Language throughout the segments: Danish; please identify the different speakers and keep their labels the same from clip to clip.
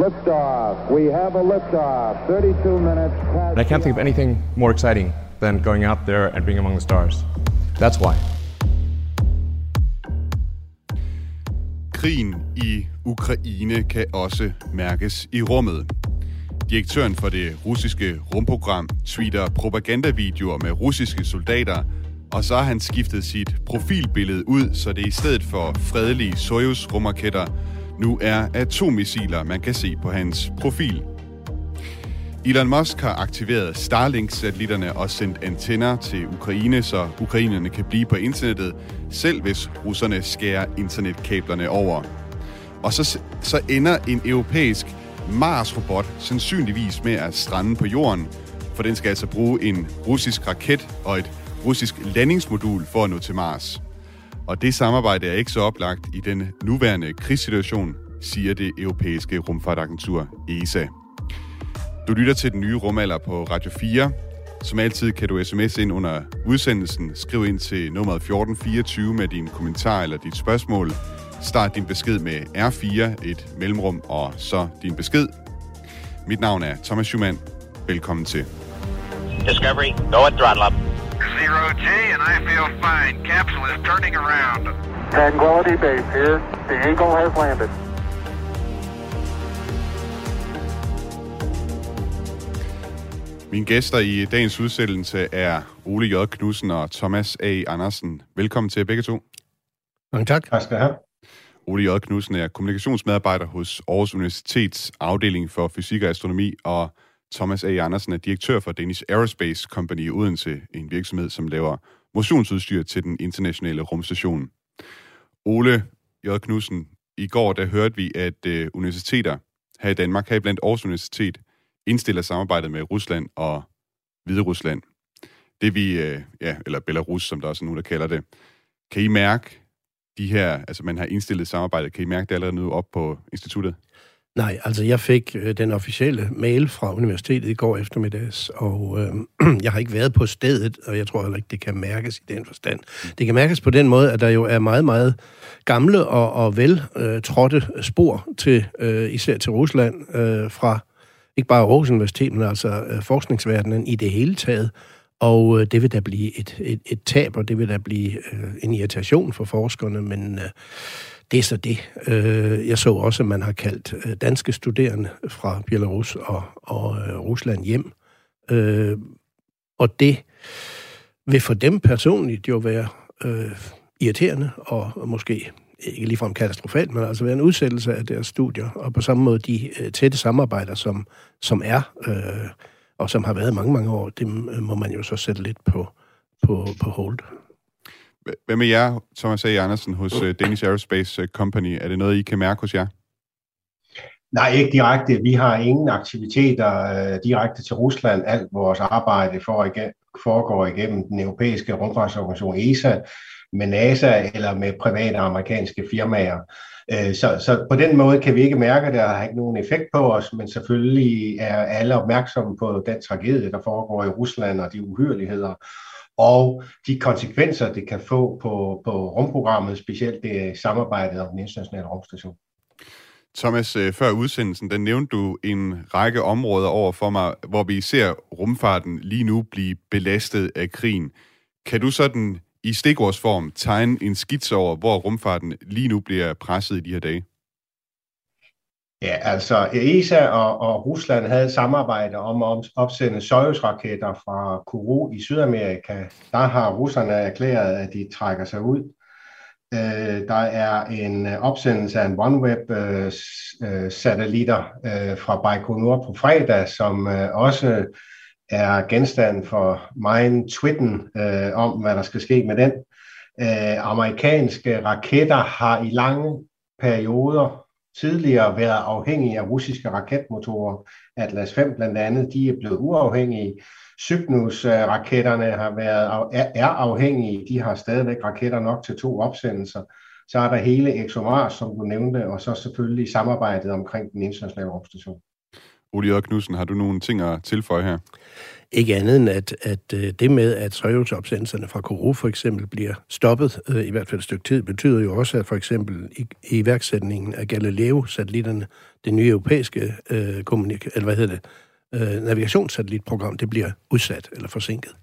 Speaker 1: Liftoff. We have a liftoff. 32 minutes past.
Speaker 2: And I can't think of anything more exciting than going out there and being among the stars. That's why.
Speaker 3: Krigen i Ukraine kan også mærkes i rummet. Direktøren for det russiske rumprogram tweeter propagandavideoer med russiske soldater, og så har han skiftet sit profilbillede ud, så det i stedet for fredelige Soyuz-rumraketter nu er atommissiler, man kan se på hans profil. Elon Musk har aktiveret Starlink-satellitterne og sendt antenner til Ukraine, så ukrainerne kan blive på internettet, selv hvis russerne skærer internetkablerne over. Og så ender en europæisk Mars-robot sandsynligvis med at strande på jorden, for den skal altså bruge en russisk raket og et russisk landingsmodul for at nå til Mars. Og det samarbejde er ikke så oplagt i den nuværende krigssituation, siger det europæiske rumfartagentur ESA. Du lytter til den nye rumalder på Radio 4. Som altid kan du sms ind under udsendelsen. Skriv ind til nummeret 1424 med din kommentar eller dit spørgsmål. Start din besked med R4, et mellemrum og så din besked. Mit navn er Thomas Schumann. Velkommen til.
Speaker 4: Discovery, go at throttle up.
Speaker 5: 0G, and I feel fine. Capsule is turning around.
Speaker 1: Tranquility Base here. The Eagle has landed.
Speaker 3: Mine gæster i dagens udsendelse er Ole J. Knudsen og Thomas A. Andersen. Velkommen til begge to.
Speaker 6: Mange tak.
Speaker 7: Tak skal du have.
Speaker 3: Ole J. Knudsen er kommunikationsmedarbejder hos Aarhus Universitets afdeling for fysik og astronomi, og Thomas A. Andersen er direktør for Danish Aerospace Company i Odense, en virksomhed, som laver motionsudstyr til den internationale rumstation. Ole J. Knudsen, i går der hørte vi, at universiteter her i Danmark, heriblandt Aarhus Universitet, indstiller samarbejdet med Rusland og Hviderusland. Det vi, eller Belarus, som der også er nogen, der kalder det. Kan I mærke de her, altså man har indstillet samarbejdet, kan I mærke det allerede nu op på instituttet?
Speaker 6: Nej, altså jeg fik den officielle mail fra universitetet i går eftermiddags, og jeg har ikke været på stedet, og jeg tror heller ikke, det kan mærkes i den forstand. Det kan mærkes på den måde, at der jo er meget, meget gamle og veltrådte spor til, især til Rusland, fra ikke bare Aarhus Universitet, men altså forskningsverdenen i det hele taget. Og det vil da blive et tab, og det vil da blive en irritation for forskerne, men det er så det. Jeg så også, at man har kaldt danske studerende fra Belarus og Rusland hjem. Og det vil for dem personligt jo være irriterende, og måske ikke ligefrem katastrofalt, men altså være en udsættelse af deres studier, og på samme måde de tætte samarbejder, som er, og som har været mange, mange år, det må man jo så sætte lidt på hold.
Speaker 3: Hvad med jer, Thomas A. Andersen, hos Danish Aerospace Company? Er det noget, I kan mærke hos jer?
Speaker 7: Nej, ikke direkte. Vi har ingen aktiviteter direkte til Rusland. Alt vores arbejde foregår igennem den europæiske rumfartsorganisation ESA, med NASA eller med private amerikanske firmaer. Så på den måde kan vi ikke mærke, at der har ikke nogen effekt på os, men selvfølgelig er alle opmærksomme på den tragedie, der foregår i Rusland, og de uhyrligheder, og de konsekvenser, det kan få på rumprogrammet, specielt det samarbejdet om den internationale rumstation.
Speaker 3: Thomas, før udsendelsen, der nævnte du en række områder over for mig, hvor vi ser rumfarten lige nu blive belastet af krigen. Kan du sådan i stikordsform tegne en skitse over, hvor rumfarten lige nu bliver presset i de her dage?
Speaker 7: Ja, altså ESA og Rusland havde et samarbejde om at opsende Soyuz-raketter fra Kourou i Sydamerika. Der har russerne erklæret, at de trækker sig ud. Der er en opsendelse af en OneWeb-satellitter fra Baikonur på fredag, som også er genstand for megen twitten om, hvad der skal ske med den. Amerikanske raketter har i lange perioder tidligere været afhængige af russiske raketmotorer. Atlas V blandt andet, de er blevet uafhængige. Cygnus-raketterne er afhængige. De har stadigvæk raketter nok til 2 opsendelser. Så er der hele ExoMars, som du nævnte, og så selvfølgelig samarbejdet omkring den internationale rumstation.
Speaker 3: Ole J. Knudsen, har du nogle ting at tilføje her?
Speaker 6: Ikke andet end, at det med, at Soyuz-opsendelserne fra Kourou for eksempel bliver stoppet, i hvert fald et stykke tid, betyder jo også, at for eksempel i iværksætningen af Galileo-satellitterne, det nye europæiske navigationssatellitprogram, det bliver udsat eller forsinket.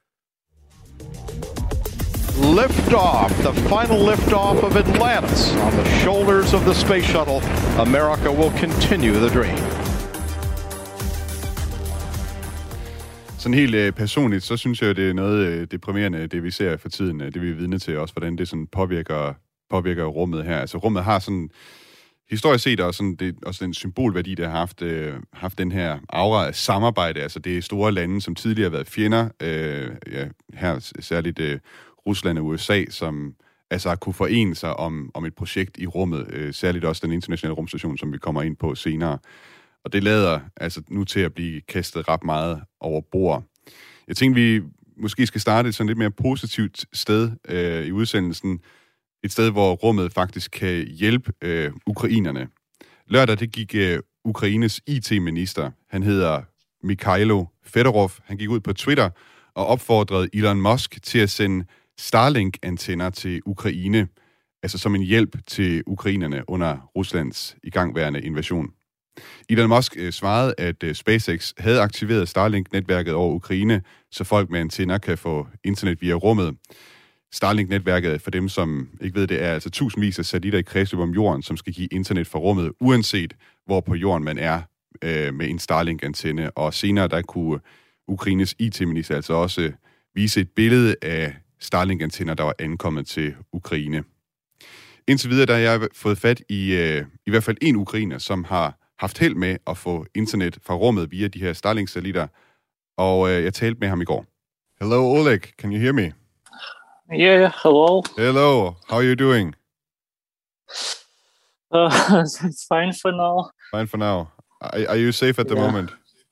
Speaker 8: Liftoff, the final liftoff of Atlantis on the shoulders of the space shuttle. America will continue the dream.
Speaker 3: Sådan helt personligt, så synes jeg, det er noget deprimerende, det vi ser for tiden, det vi er vidne til også, hvordan det sådan påvirker rummet her. Altså rummet har sådan, historisk set også, sådan, det, også den symbolværdi, der har haft den her aura af samarbejde. Altså det er store lande, som tidligere har været fjender, her særligt Rusland og USA, som altså har kunne forene sig om et projekt i rummet, særligt også den internationale rumstation, som vi kommer ind på senere. Og det lader altså nu til at blive kastet ret meget over bord. Jeg tænkte, vi måske skal starte et sådan lidt mere positivt sted i udsendelsen. Et sted, hvor rummet faktisk kan hjælpe ukrainerne. Lørdag, det gik Ukraines IT-minister, han hedder Mikhailo Fedorov, han gik ud på Twitter og opfordrede Elon Musk til at sende Starlink-antenner til Ukraine, altså som en hjælp til ukrainerne under Ruslands igangværende invasion. Elon Musk svarede, at SpaceX havde aktiveret Starlink-netværket over Ukraine, så folk med antenner kan få internet via rummet. Starlink-netværket, for dem som ikke ved det, er altså tusindvis af satellitter i kredsløb om jorden, som skal give internet fra rummet, uanset hvor på jorden man er med en Starlink-antenne. Og senere der kunne Ukraines IT-minister altså også vise et billede af Starlink-antenner, der var ankommet til Ukraine. Indtil videre der har jeg fået fat i hvert fald en ukrainer, som har haft held med at få internet fra rummet via de her Starlink-satellitter, og jeg talte med ham i går. Hello, Oleg, can you hear me?
Speaker 9: Yeah, hello.
Speaker 3: Hello, how are you doing?
Speaker 9: It's fine for now.
Speaker 3: Fine for now. Are you safe at the moment?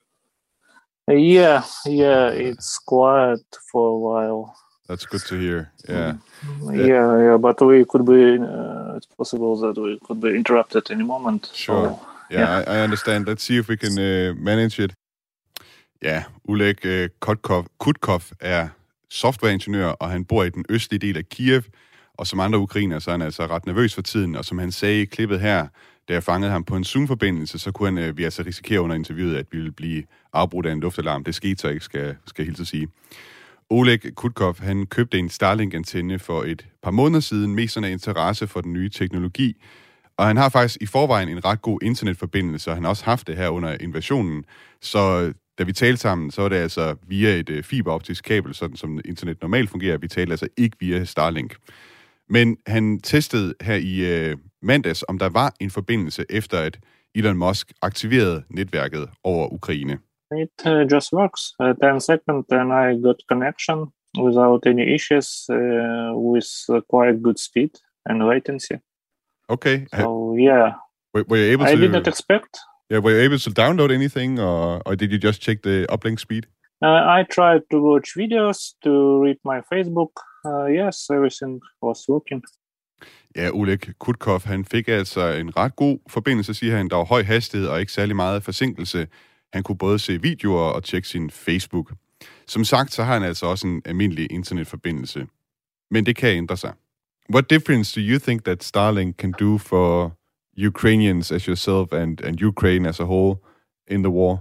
Speaker 9: Yeah, it's quiet for a while.
Speaker 3: That's good to hear, yeah.
Speaker 9: Yeah, but we could be, it's possible that we could be interrupted any moment.
Speaker 3: Sure.
Speaker 9: So,
Speaker 3: yeah, I understand. Let's see if we can manage it. Ja, Oleg Kutkov er softwareingeniør, og han bor i den østlige del af Kiev, og som andre ukrainer, så er han altså ret nervøs for tiden, og som han sagde i klippet her, da jeg fangede ham på en Zoom-forbindelse, så kunne vi altså risikere under interviewet, at vi ville blive afbrudt af en luftalarm. Det skete så ikke, skal jeg hilse at sige. Oleg Kutkov, han købte en Starlink-antenne for et par måneder siden, mest sådan af interesse for den nye teknologi, og han har faktisk i forvejen en ret god internetforbindelse, og han har også haft det her under invasionen, så da vi talte sammen, så var det altså via et fiberoptisk kabel, sådan som internet normalt fungerer. Vi talte altså ikke via Starlink. Men han testede her i mandags, om der var en forbindelse efter, at Elon Musk aktiverede netværket over Ukraine.
Speaker 9: it just works. 10 seconds and I got connection without any issues with quite good speed and latency.
Speaker 3: Okay.
Speaker 9: So, yeah.
Speaker 3: Were you able to...
Speaker 9: I did not expect.
Speaker 3: Yeah, were you able to download anything, or did you just check the uplink speed?
Speaker 9: I tried to watch videos, to read my Facebook. Yes, everything was working.
Speaker 3: Ja, Oleg Kutkov, han fik altså en ret god forbindelse, siger han. Der var høj hastighed og ikke særlig meget forsinkelse. Han kunne både se videoer og tjekke sin Facebook. Som sagt, så har han altså også en almindelig internetforbindelse. Men det kan ændre sig. What difference do you think that Starlink can do for Ukrainians as yourself and Ukraine as a whole in the war?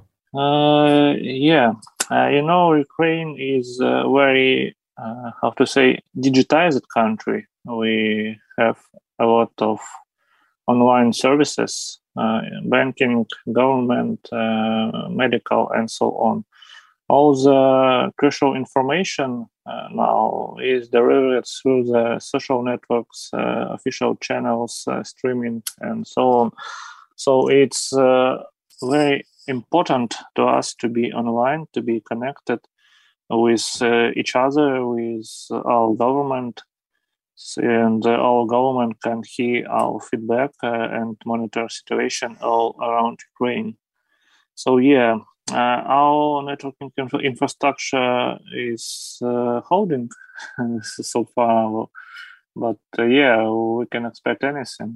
Speaker 9: Ukraine is a very, digitized country. We have a lot of online services, banking, government, medical, and so on. All the crucial information now is delivered through the social networks, official channels, streaming, and so on. So it's very important to us to be online, to be connected with each other, with our government, and our government can hear our feedback and monitor situation all around Ukraine. So our networking infrastructure is holding so far, but we can expect anything.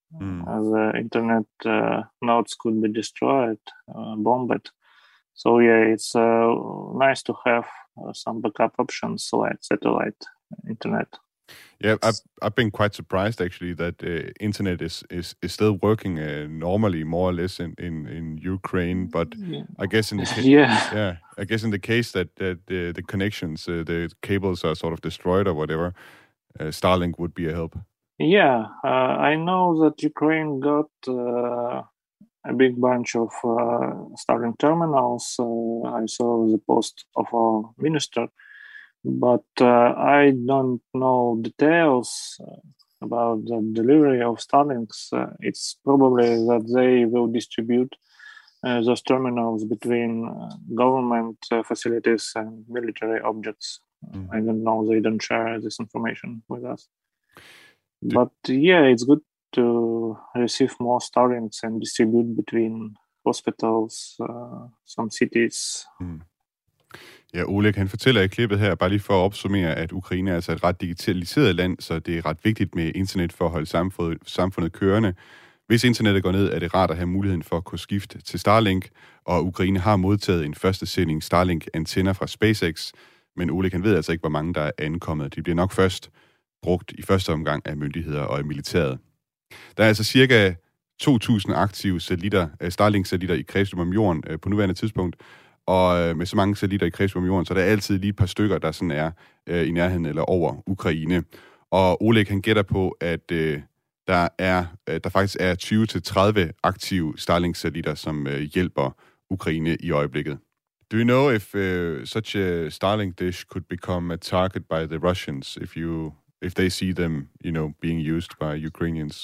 Speaker 9: The internet nodes could be destroyed, bombed. So yeah, it's nice to have some backup options like satellite internet.
Speaker 3: Yeah, I've been quite surprised actually that internet is still working normally, more or less in Ukraine. But I guess in the I guess in the case that the connections, the cables are sort of destroyed or whatever, Starlink would be a help.
Speaker 9: Yeah, I know that Ukraine got a big bunch of Starlink terminals. I saw the post of our minister. But I don't know details about the delivery of Starlinks. It's probably that they will distribute those terminals between government facilities and military objects. I don't know. They don't share this information with us. But yeah, it's good to receive more Starlinks and distribute between hospitals, some cities.
Speaker 3: Ja, Oleg, han fortæller i klippet her, bare lige for at opsummere, at Ukraine er altså et ret digitaliseret land, så det er ret vigtigt med internet for at holde samfundet kørende. Hvis internettet går ned, er det rart at have muligheden for at kunne skifte til Starlink, og Ukraine har modtaget en første sending Starlink-antenner fra SpaceX, men Oleg, han ved altså ikke, hvor mange der er ankommet. De bliver nok først brugt i første omgang af myndigheder og af militæret. Der er altså cirka 2.000 aktive Starlink-satellitter i kredsløb om jorden på nuværende tidspunkt, og med så mange satellitter i kredsløb om jorden, så der er altid lige et par stykker, der sådan er i nærheden eller over Ukraine. Og Oleg, han gætter på, at der faktisk er 20-30 aktive Starlink-satellitter, som hjælper Ukraine i øjeblikket. Do you know if such a Starlink dish could become a target by the Russians if they see them, being used by Ukrainians?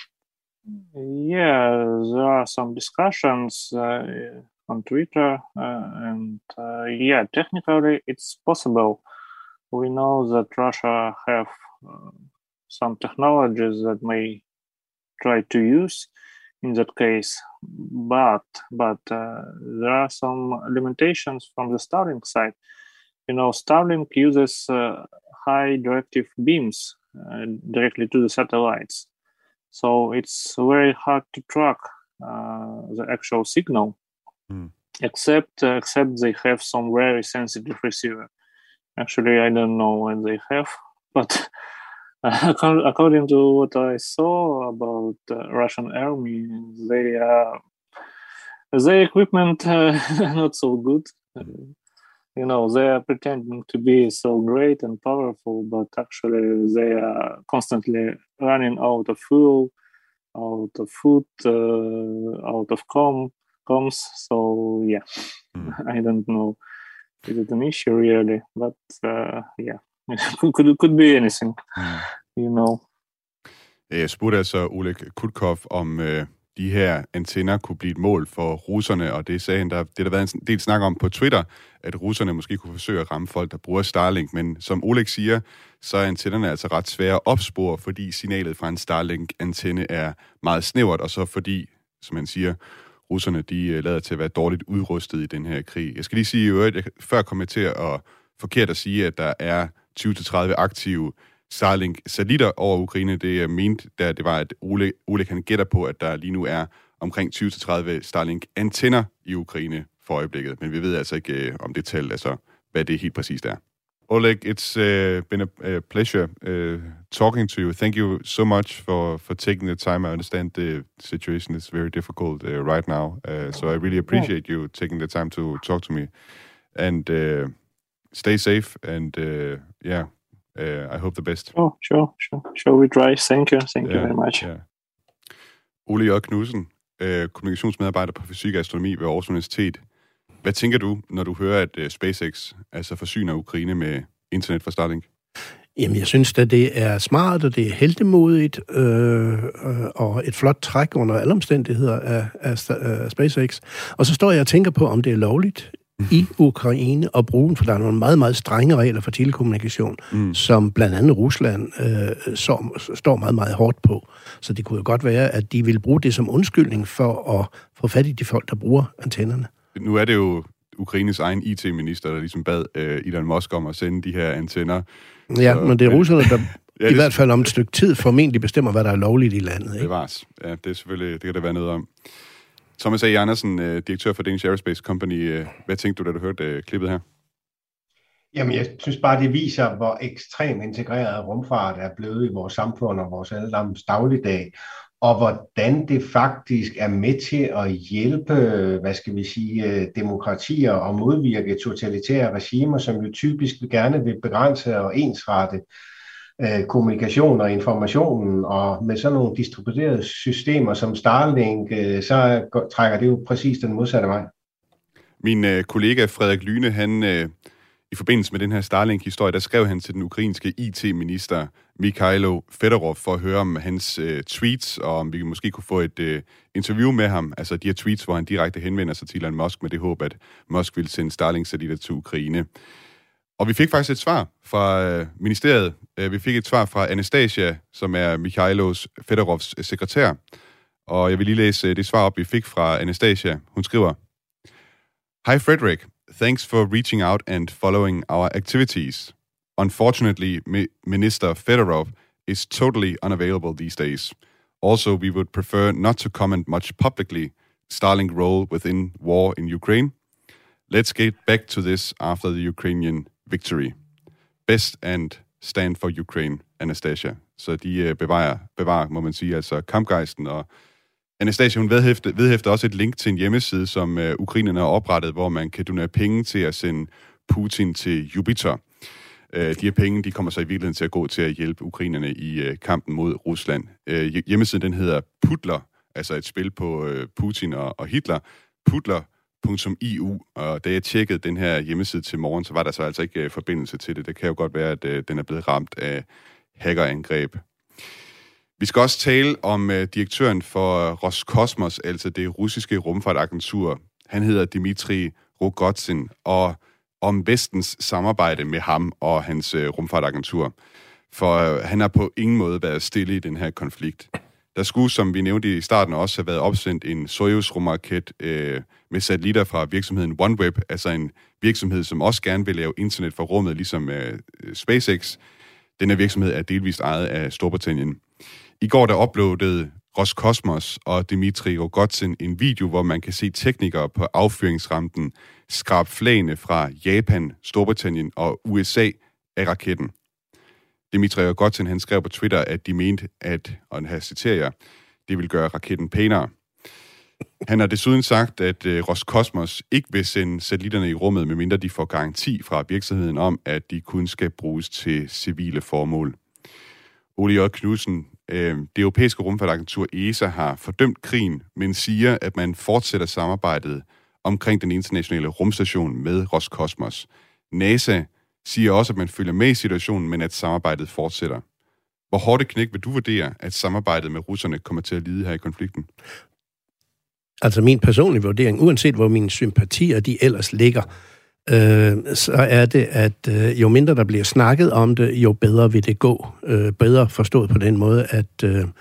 Speaker 9: Yeah, there are some discussions on Twitter, and technically it's possible. We know that Russia have some technologies that may try to use in that case, but there are some limitations from the Starlink side. Starlink uses high directive beams directly to the satellites, so it's very hard to track the actual signal. Except they have some very sensitive receiver. Actually, I don't know what they have, but according to what I saw about the Russian army, their equipment not so good. They are pretending to be so great and powerful, but actually they are constantly running out of fuel, out of food, out of comms. So yeah, I don't know. Is it an issue really? But could be anything,
Speaker 3: Jeg spurgte altså Oleg Kutkov, om de her antenner kunne blive et mål for russerne, og det sagde han, det der været en del snak om på Twitter, at russerne måske kunne forsøge at ramme folk, der bruger Starlink, men som Oleg siger, så er antennerne altså ret svære at opspore, fordi signalet fra en Starlink-antenne er meget snævert, og så fordi, som han siger, russerne, de lader til at være dårligt udrustet i den her krig. Jeg skal lige sige, at jeg før kom til at forkert at sige, at der er 20-30 aktive Starlink-satellitter over Ukraine. Det jeg mente, det var, at Oleg kan gætter på, at der lige nu er omkring 20-30 Starlink-antenner i Ukraine for øjeblikket. Men vi ved altså ikke om det tal, altså hvad det helt præcist er. Oleg, it's been a pleasure talking to you. Thank you so much for taking the time. I understand the situation is very difficult right now, so I really appreciate you taking the time to talk to me. And stay safe, and I hope the best.
Speaker 9: Oh, sure. We try. Thank you very much.
Speaker 3: Yeah. Ole J. Knudsen, kommunikationsmedarbejder på fysik og astronomi ved Aarhus Universitet. Hvad tænker du, når du hører, at SpaceX altså forsyner Ukraine med internet fra Starlink?
Speaker 6: Jamen, jeg synes, at det er smart, og det er heltemodigt, og et flot træk under alle omstændigheder af SpaceX. Og så står jeg og tænker på, om det er lovligt i Ukraine at bruge den, for der er nogle meget, meget strenge regler for telekommunikation, som blandt andet Rusland står meget, meget hårdt på. Så det kunne jo godt være, at de vil bruge det som undskyldning for at få fat i de folk, der bruger antennerne.
Speaker 3: Nu er det jo Ukraines egen IT-minister, der ligesom bad Elon Musk om at sende de her antenner.
Speaker 6: Ja, men det er russerne, der I hvert fald om et stykke tid formentlig bestemmer, hvad der er lovligt i landet. Ikke?
Speaker 3: Det var. Ja, det er selvfølgelig, det kan der være noget om. Thomas A. Andersen, direktør for Danish Aerospace Company. Hvad tænkte du, da du hørte klippet her?
Speaker 7: Jamen, jeg synes bare, det viser, hvor ekstremt integreret rumfart er blevet i vores samfund og vores allesammens dagligdag, og hvordan det faktisk er med til at hjælpe, demokratier og modvirke totalitære regimer, som jo typisk gerne vil begrænse og ensrette kommunikation og informationen, og med sådan nogle distribuerede systemer som Starlink, så trækker det jo præcis den modsatte vej.
Speaker 3: Min kollega Frederik Lyne, han i forbindelse med den her Starlink-historie, der skrev han til den ukrainske IT-minister Mikhailo Fedorov for at høre om hans tweets, og om vi måske kunne få et interview med ham. Altså de her tweets, hvor han direkte henvender sig til Elon Musk med det håb, at Musk ville sende Starlink-satellitter til Ukraine. Og vi fik faktisk et svar fra ministeriet. Vi fik et svar fra Anastasia, som er Mikhailo Fedorovs sekretær. Og jeg vil lige læse det svar op, vi fik fra Anastasia. Hun skriver: Hi Frederick, thanks for reaching out and following our activities. Unfortunately, Minister Fedorov is totally unavailable these days. Also, we would prefer not to comment much publicly Starlink role within war in Ukraine. Let's get back to this after the Ukrainian victory. Best and stand for Ukraine, Anastasia. Så de bevarer, må man sige, altså kampgejsten. Og Anastasia, hun vedhæfter også et link til en hjemmeside, som ukrainerne har oprettet, hvor man kan donere penge til at sende Putin til Jupiter. De her penge, de kommer så i virkeligheden til at gå til at hjælpe ukrainerne i kampen mod Rusland. Hjemmesiden, den hedder Putler, altså et spil på Putin og Hitler. Putler.eu, og da jeg tjekkede den her hjemmeside til morgen, så var der så altså ikke forbindelse til det. Det kan jo godt være, at den er blevet ramt af hackerangreb. Vi skal også tale om direktøren for Roskosmos, altså det russiske rumfartagentur. Han hedder Dmitri Rogozin, og om Vestens samarbejde med ham og hans rumfartagentur. For han har på ingen måde været stille i den her konflikt. Der skulle, som vi nævnte i starten, også have været opsendt en Soyuz-rumraket med satellitter fra virksomheden OneWeb, altså en virksomhed, som også gerne vil lave internet for rummet, ligesom SpaceX. Den her virksomhed er delvist ejet af Storbritannien. I går der uploadede Roskosmos og Dmitri Rogozin en video, hvor man kan se teknikere på affyringsrampen skrabe flagene fra Japan, Storbritannien og USA af raketten. Dmitri Rogozin, han skrev på Twitter, at de mente, at, og her citerer jeg, det vil gøre raketten pænere. Han har desuden sagt, at Roskosmos ikke vil sende satellitterne i rummet, medmindre de får garanti fra virksomheden om, at de kun skal bruges til civile formål. Ole J. Knudsen, det europæiske rumfartagentur ESA har fordømt krigen, men siger, at man fortsætter samarbejdet omkring den internationale rumstation med Roskosmos. NASA siger også, at man følger med i situationen, men at samarbejdet fortsætter. Hvor hårdt et knæk vil du vurdere, at samarbejdet med russerne kommer til at lide her i konflikten?
Speaker 6: Altså min personlige vurdering, uanset hvor mine sympatier de ellers ligger, så er det, at jo mindre der bliver snakket om det, jo bedre vil det gå. Bedre forstået på den måde, at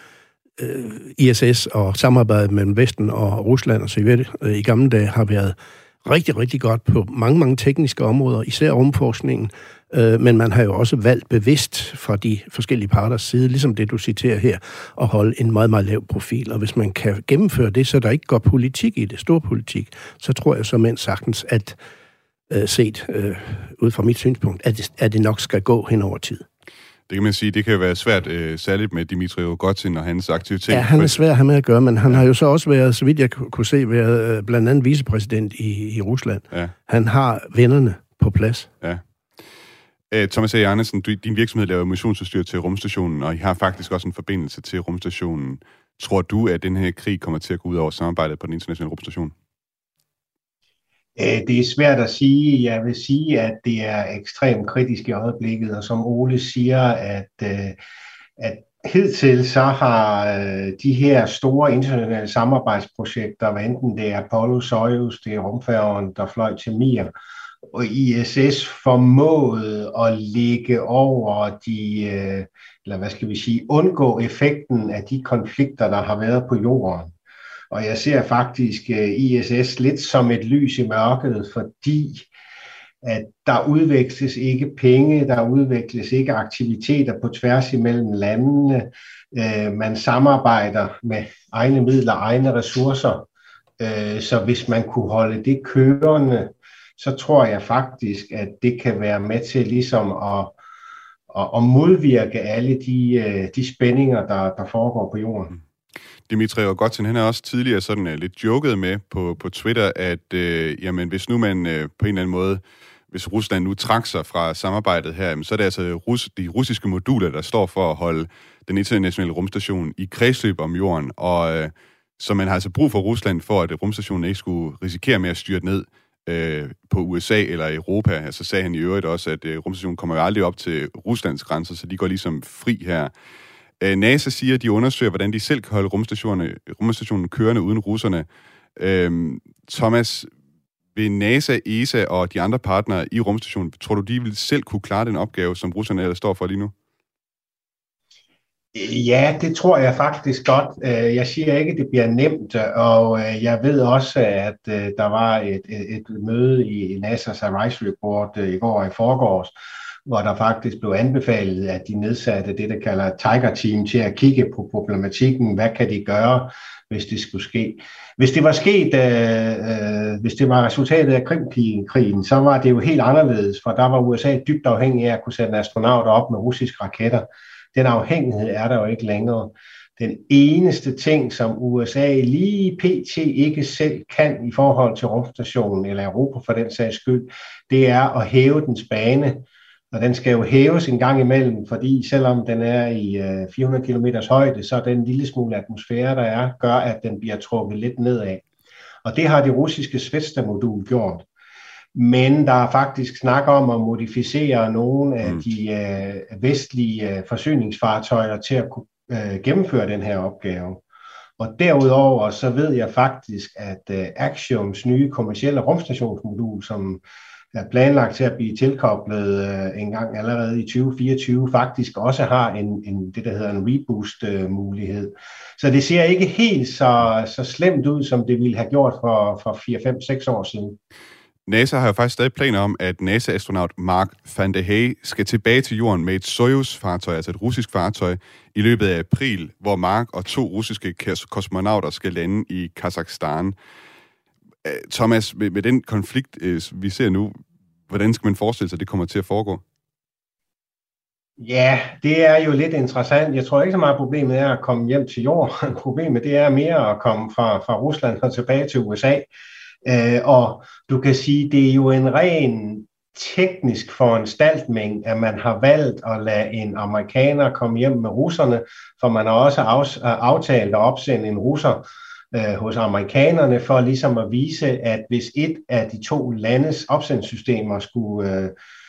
Speaker 6: ISS og samarbejdet mellem Vesten og Rusland og Sovjet i gamle dage har været rigtig, rigtig godt på mange, mange tekniske områder, især rumforskningen, men man har jo også valgt bevidst fra de forskellige parters side, ligesom det du citerer her, at holde en meget, meget lav profil. Og hvis man kan gennemføre det, så der ikke går politik i det, stor politik, så tror jeg såmænd sagtens, at set ud fra mit synspunkt, at det nok skal gå hen over tid.
Speaker 3: Det kan man sige, det kan jo være svært, særligt med Dmitri Rogozin og hans aktivitet.
Speaker 6: Ja, han er svær at have med at gøre, men han har jo så også været, så vidt jeg kunne se, været blandt andet vicepræsident i Rusland. Ja. Han har vennerne på plads.
Speaker 3: Ja. Thomas A. Andersen, din virksomhed laver missionsudstyr til rumstationen, og I har faktisk også en forbindelse til rumstationen. Tror du, at den her krig kommer til at gå ud over samarbejdet på den internationale rumstation?
Speaker 7: Det er svært at sige. Jeg vil sige, at det er ekstremt kritisk i øjeblikket, og som Ole siger, at hidtil så har de her store internationale samarbejdsprojekter, hvad enten det er Apollo, Soyuz, det er rumfærgen, der fløj til Mir, og ISS formået at ligge over undgå effekten af de konflikter, der har været på jorden. Og jeg ser faktisk ISS lidt som et lys i mørket, fordi at der udveksles ikke penge, der udveksles ikke aktiviteter på tværs imellem landene. Man samarbejder med egne midler, egne ressourcer. Så hvis man kunne holde det kørende, så tror jeg faktisk, at det kan være med til ligesom at modvirke alle de spændinger, der foregår på jorden.
Speaker 3: Dmitri Rogozin, han har også tidligere sådan lidt joket med på Twitter, at jamen, hvis nu man på en eller anden måde, hvis Rusland nu trak sig fra samarbejdet her, så er det altså de russiske moduler, der står for at holde den internationale rumstation i kredsløb om jorden, og så man har altså brug for Rusland for, at rumstationen ikke skulle risikere med at styrte ned på USA eller Europa. Altså sagde han i øvrigt også, at rumstationen kommer jo aldrig op til Ruslands grænser, så de går ligesom fri her. NASA siger, at de undersøger, hvordan de selv kan holde rumstationen kørende uden russerne. Thomas, vil NASA, ESA og de andre partnere i rumstationen, tror du, de vil selv kunne klare den opgave, som russerne ellers står for lige nu?
Speaker 7: Ja, det tror jeg faktisk godt. Jeg siger ikke, at det bliver nemt, og jeg ved også, at der var et møde i NASA's Arise Report i går og i forgårs, hvor der faktisk blev anbefalet, at de nedsatte det, der kalder Tiger Team, til at kigge på problematikken. Hvad kan de gøre, hvis det skulle ske? Hvis det var sket, hvis det var resultatet af Krimkrigen, så var det jo helt anderledes, for der var USA dybt afhængig af at kunne sætte astronauter op med russiske raketter. Den afhængighed er der jo ikke længere. Den eneste ting, som USA lige pt. Ikke selv kan i forhold til rumstationen, eller Europa for den sags skyld, det er at hæve dens bane. Og den skal jo hæves en gang imellem, fordi selvom den er i 400 km højde, så den lille smule atmosfære, der er, gør, at den bliver trukket lidt nedad. Og det har det russiske Zvezda-modul gjort. Men der er faktisk snak om at modificere nogle af de vestlige forsyningsfartøjer til at kunne gennemføre den her opgave. Og derudover så ved jeg faktisk, at Axiom's nye kommercielle rumstationsmodul, som er planlagt til at blive tilkoblet en gang allerede i 2024, faktisk også har det, der hedder en reboost-mulighed. Så det ser ikke helt så slemt ud, som det ville have gjort for 4-5-6 år siden.
Speaker 3: NASA har jo faktisk stadig planer om, at NASA-astronaut Mark van der Hey skal tilbage til jorden med et Soyuz-fartøj, altså et russisk fartøj, i løbet af april, hvor Mark og 2 russiske kosmonauter skal lande i Kazakhstan. Thomas, med den konflikt, vi ser nu, hvordan skal man forestille sig, at det kommer til at foregå?
Speaker 7: Ja, det er jo lidt interessant. Jeg tror ikke så meget, problemet er at komme hjem til jorden. Problemet det er mere at komme fra Rusland og tilbage til USA. Og du kan sige, det er jo en ren teknisk foranstaltning, at man har valgt at lade en amerikaner komme hjem med russerne, for man har også aftalt at opsende en russer hos amerikanerne, for ligesom at vise, at hvis et af de 2 landes opsendelsesystemer skulle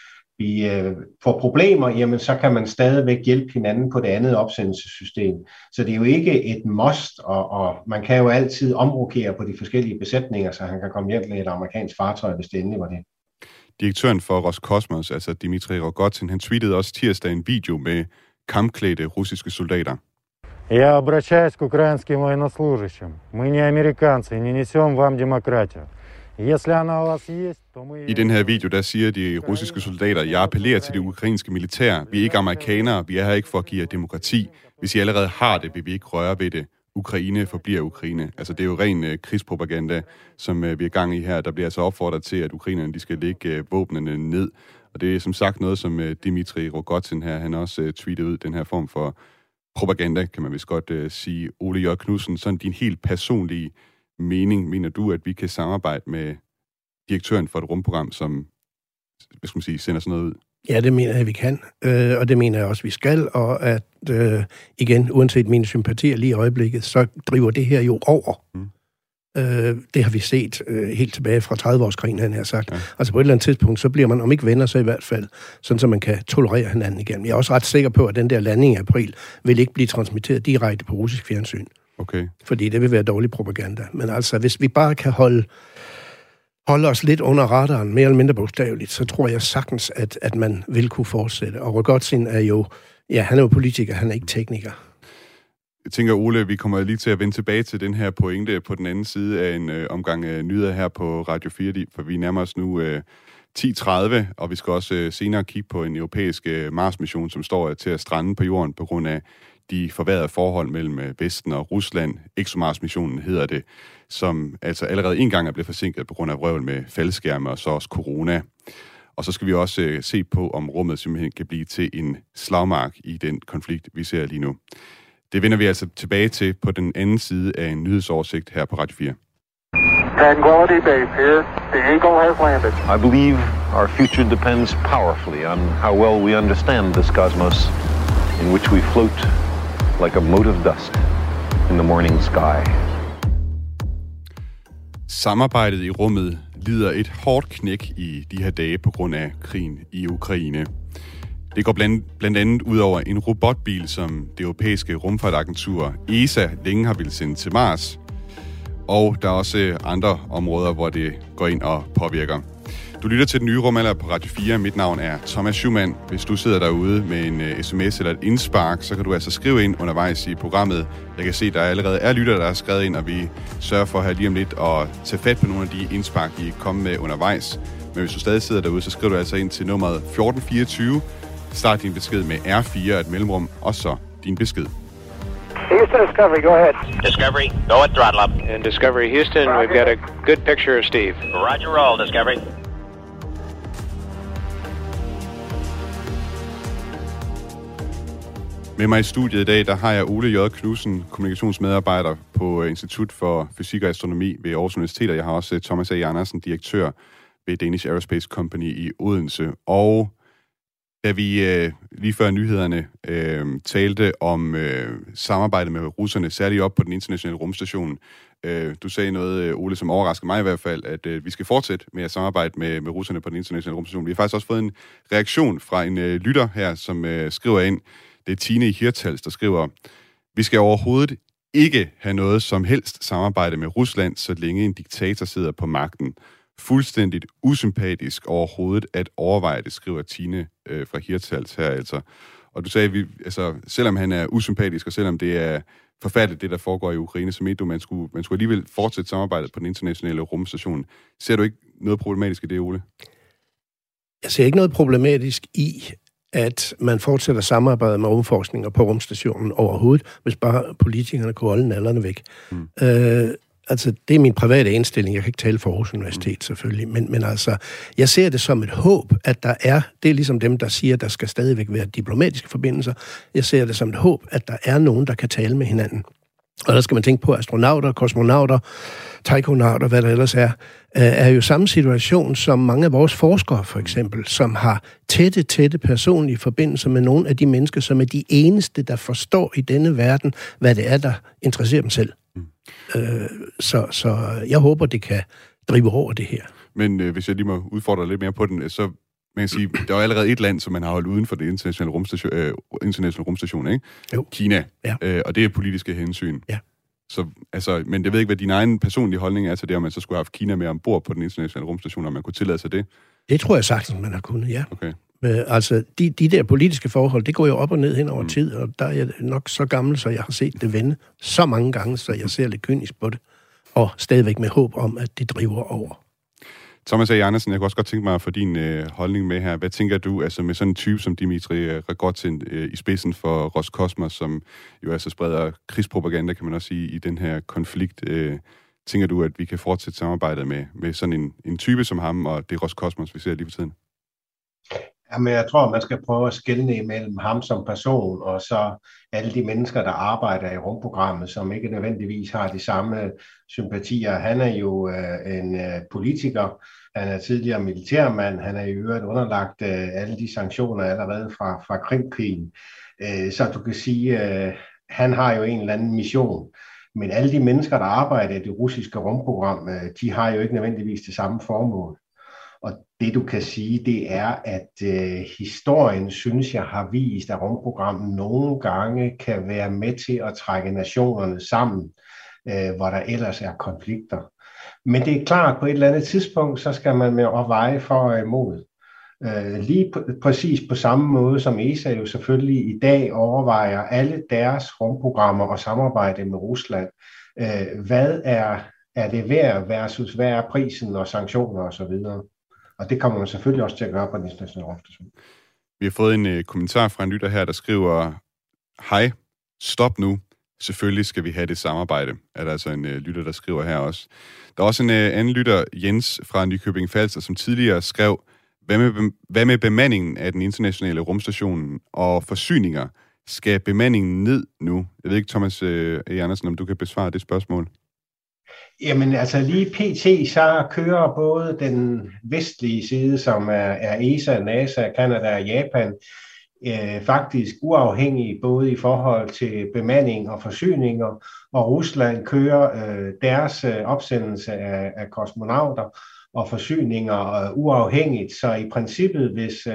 Speaker 7: få problemer, jamen så kan man stadigvæk hjælpe hinanden på det andet opsendelsessystem. Så det er jo ikke et must, og man kan jo altid omrokere på de forskellige besætninger, så han kan komme hjem med et amerikansk fartøj, hvis det endelig var det.
Speaker 3: Direktøren for Roskosmos, altså Dmitri Rogozin, han tweetede også tirsdag en video med kampklædte russiske soldater.
Speaker 10: Я обращаюсь к украинским военнослужащим. Мы не американцы, не несем вам демократию. Если она у вас есть, то мы... I
Speaker 3: den her video, der siger de russiske soldater, jeg appellerer til det ukrainske militær. Vi er ikke amerikanere, vi er her ikke for at give jer demokrati. Hvis I allerede har det, vil vi ikke røre ved det. Ukraine forbliver Ukraine. Altså det er jo ren krigspropaganda, som vi er i gang i her. Der bliver altså opfordret til, at ukrainerne de skal lægge våbnene ned. Og det er som sagt noget, som Dmitri Rogozin her, han også tweetede ud, den her form for propaganda, kan man vist godt sige. Ole J. Knudsen, sådan din helt personlige mening, mener du, at vi kan samarbejde med direktøren for et rumprogram, som, hvad skal man sige, sender sådan noget ud?
Speaker 6: Ja, det mener jeg, vi kan, og det mener jeg også, vi skal, og at igen, uanset mine sympatier lige i øjeblikket, så driver det her jo over. Det har vi set helt tilbage fra 30-årskrigen, han har sagt. Ja. Altså på et eller andet tidspunkt, så bliver man, om ikke venner, så i hvert fald, sådan så man kan tolerere hinanden igen. Jeg er også ret sikker på, at den der landing i april vil ikke blive transmitteret direkte på russisk fjernsyn.
Speaker 3: Okay.
Speaker 6: Fordi det vil være dårlig propaganda. Men altså, hvis vi bare kan holde os lidt under radaren, mere eller mindre bogstaveligt, så tror jeg sagtens, at man vil kunne fortsætte. Og Rogozin er jo, ja, han er jo politiker, han er ikke tekniker.
Speaker 3: Jeg tænker, Ole, vi kommer lige til at vende tilbage til den her pointe på den anden side af en omgang nyheder her på Radio 4, for vi nærmer os nu 10:30, og vi skal også senere kigge på en europæisk Mars-mission, som står til at strande på jorden på grund af de forværrede forhold mellem Vesten og Rusland. ExoMars-missionen hedder det, som altså allerede en gang er blevet forsinket på grund af vrøvl med faldskærme og så også corona. Og så skal vi også se på, om rummet simpelthen kan blive til en slagmark i den konflikt, vi ser lige nu. Det vender vi altså tilbage til på den anden side af en nyhedsoversigt her på Radio 4.
Speaker 1: Tranquility Base here. The Eagle has landed.
Speaker 11: I believe our future depends powerfully on how well we understand this cosmos in which we float like a mote of dust in the morning sky.
Speaker 3: Samarbejdet i rummet lider et hårdt knæk i de her dage på grund af krigen i Ukraine. Det går blandt andet ud over en robotbil, som det europæiske rumfartagentur ESA længe har ville sende til Mars. Og der er også andre områder, hvor det går ind og påvirker. Du lytter til den nye rumalder på Radio 4. Mit navn er Thomas Schumann. Hvis du sidder derude med en sms eller et indspark, så kan du altså skrive ind undervejs i programmet. Jeg kan se, at der allerede er lyttere, der har skrevet ind, og vi sørger for her lige om lidt at tage fat på nogle af de indspark, I er kommet med undervejs. Men hvis du stadig sidder derude, så skriver du altså ind til nummeret 1424. Start din besked med R4 et mellemrum, og så din besked.
Speaker 1: Houston Discovery, go ahead.
Speaker 4: Discovery, go at throttle up.
Speaker 12: And Discovery Houston, we've got a good picture of Steve.
Speaker 4: Roger, roll, Discovery.
Speaker 3: Med mig i studiet i dag, der har jeg Ole J. Knudsen, kommunikationsmedarbejder på Institut for Fysik og Astronomi ved Aarhus Universitet, og jeg har også Thomas A. Andersen, direktør ved Danish Aerospace Company i Odense. Og da vi lige før nyhederne talte om samarbejdet med russerne, særligt op på den internationale rumstation, du sagde noget, Ole, som overraskede mig i hvert fald, at vi skal fortsætte med at samarbejde med russerne på den internationale rumstation. Vi har faktisk også fået en reaktion fra en lytter her, som skriver ind. Det er Tine i Hirtals, der skriver, vi skal overhovedet ikke have noget som helst samarbejde med Rusland, så længe en diktator sidder på magten. Fuldstændigt usympatisk overhovedet at overveje det, skriver Tine fra Hirtals her altså. Og du sagde, selvom han er usympatisk, og selvom det er forfærdeligt, det der foregår i Ukraine, så mente du, man skulle alligevel fortsætte samarbejdet på den internationale rumstation. Ser du ikke noget problematisk i det, Ole?
Speaker 6: Jeg ser ikke noget problematisk i, at man fortsætter samarbejdet med rumforskninger på rumstationen overhovedet, hvis bare politikerne kunne holde nallerne væk. Det er min private indstilling. Jeg kan ikke tale for Aarhus Universitet selvfølgelig, men altså, jeg ser det som et håb, at der er, det er ligesom dem, der siger, at der skal stadigvæk være diplomatiske forbindelser. Jeg ser det som et håb, at der er nogen, der kan tale med hinanden. Og der skal man tænke på, astronauter, kosmonauter, taikonauter, hvad der ellers er jo samme situation som mange af vores forskere, for eksempel, som har tætte personlige forbindelser med nogle af de mennesker, som er de eneste, der forstår i denne verden, hvad det er, der interesserer dem selv. Så jeg håber, det kan drive over det her.
Speaker 3: Men hvis jeg lige må udfordre lidt mere på den, så man kan sige, der er allerede et land, som man har holdt uden for det internationale rumstation, ikke?
Speaker 6: Jo.
Speaker 3: Kina. Ja. Og det er politiske hensyn.
Speaker 6: Ja.
Speaker 3: Så, men jeg ved ikke, hvad din egen personlige holdning er til det, om man så skulle have haft Kina med ombord på den internationale rumstation, om man kunne tillade sig det.
Speaker 6: Det tror jeg sagtens, man har kunnet, ja.
Speaker 3: Okay.
Speaker 6: De der politiske forhold, det går jo op og ned hen over tid, og der er jeg nok så gammel, så jeg har set det vende så mange gange, så jeg ser lidt kynisk på det, og stadigvæk med håb om, at det driver over.
Speaker 3: Thomas A. Andersen, jeg kunne også godt tænke mig at få din holdning med her. Hvad tænker du altså med sådan en type som Dmitri Rogozin i spidsen for Roscosmos, som jo altså spreder krigspropaganda, kan man også sige, i den her konflikt? Tænker du, at vi kan fortsætte samarbejdet med sådan en type som ham, og det Roscosmos, vi ser lige for tiden?
Speaker 7: Jamen, jeg tror, man skal prøve at skelne imellem ham som person, og så alle de mennesker, der arbejder i rumprogrammet, som ikke nødvendigvis har de samme sympatier. Han er jo en politiker, han er tidligere militærmand, han er i øvrigt underlagt alle de sanktioner allerede fra Krimkrigen. Så du kan sige, han har jo en eller anden mission. Men alle de mennesker, der arbejder i det russiske rumprogram, de har jo ikke nødvendigvis det samme formål. Og det du kan sige, det er, at historien, synes jeg, har vist, at rumprogrammet nogle gange kan være med til at trække nationerne sammen, hvor der ellers er konflikter. Men det er klart, at på et eller andet tidspunkt, så skal man med at veje for og imod. Lige præcis på samme måde som ESA jo selvfølgelig i dag overvejer alle deres rumprogrammer og samarbejde med Rusland. Hvad er det værd versus hvad er prisen og sanktioner osv.? Og det kommer man selvfølgelig også til at gøre på den internationale rumstation.
Speaker 3: Vi har fået en kommentar fra en lytter her, der skriver: Hej, stop nu. Selvfølgelig skal vi have det samarbejde. Er der altså en lytter, der skriver her også. Der er også en anden lytter, Jens fra Nykøbing Falster, som tidligere skrev: Hvad med bemandingen af den internationale rumstation og forsyninger? Skal bemandingen ned nu? Jeg ved ikke, Thomas Andersen, om du kan besvare det spørgsmål.
Speaker 7: Jamen altså lige pt. Så kører både den vestlige side, som er ESA, NASA, Canada og Japan, faktisk uafhængige både i forhold til bemanding og forsyninger, og Rusland kører deres opsendelse af kosmonauter og forsyninger uafhængigt. Så i princippet,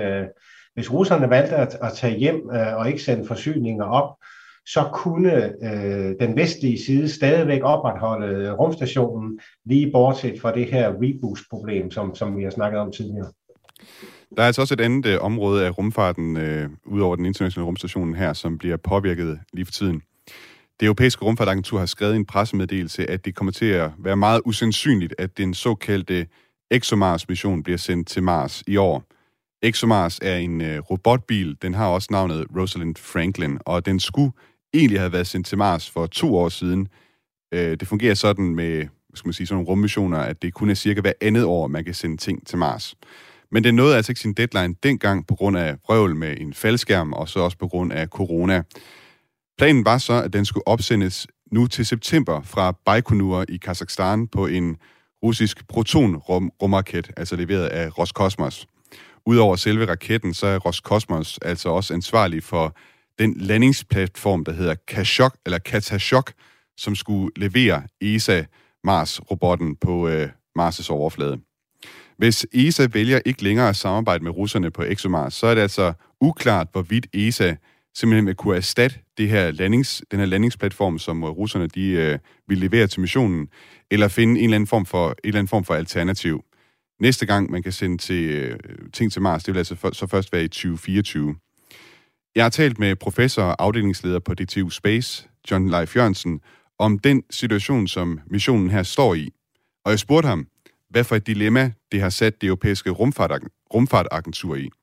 Speaker 7: hvis russerne valgte at tage hjem og ikke sende forsyninger op, så kunne den vestlige side stadigvæk opretholde rumstationen, lige bortset fra det her reboost-problem, som vi har snakket om tidligere.
Speaker 3: Der er altså også et andet område af rumfarten, ud over den internationale rumstation her, som bliver påvirket lige for tiden. Det europæiske rumfartagentur har skrevet i en pressemeddelelse, at det kommer til at være meget usandsynligt, at den såkaldte ExoMars-mission bliver sendt til Mars i år. ExoMars er en robotbil. Den har også navnet Rosalind Franklin, og den skulle egentlig have været sendt til Mars for 2 år siden. Det fungerer sådan med sådan nogle rummissioner, at det kun er cirka hver andet år, man kan sende ting til Mars. Men det nåede altså ikke sin deadline dengang på grund af vrøvl med en faldskærm, og så også på grund af corona. Planen var så, at den skulle opsendes nu til september fra Baikonur i Kazakhstan på en russisk Proton-rumraket, altså leveret af Roskosmos. Udover selve raketten, så er Roskosmos altså også ansvarlig for den landingsplatform, der hedder Katashok, som skulle levere ESA-Mars-robotten på Mars' overflade. Hvis ESA vælger ikke længere at samarbejde med russerne på ExoMars, så er det altså uklart, hvorvidt ESA simpelthen vil kunne erstatte den her landingsplatform, som russerne vil levere til missionen, eller finde en eller anden form for alternativ. Næste gang, man kan sende ting til Mars, det vil altså så først være i 2024. Jeg har talt med professor og afdelingsleder på DTU Space, John Leif Jørgensen, om den situation, som missionen her står i. Og jeg spurgte ham, hvad for et dilemma det har sat det europæiske rumfartagentur i.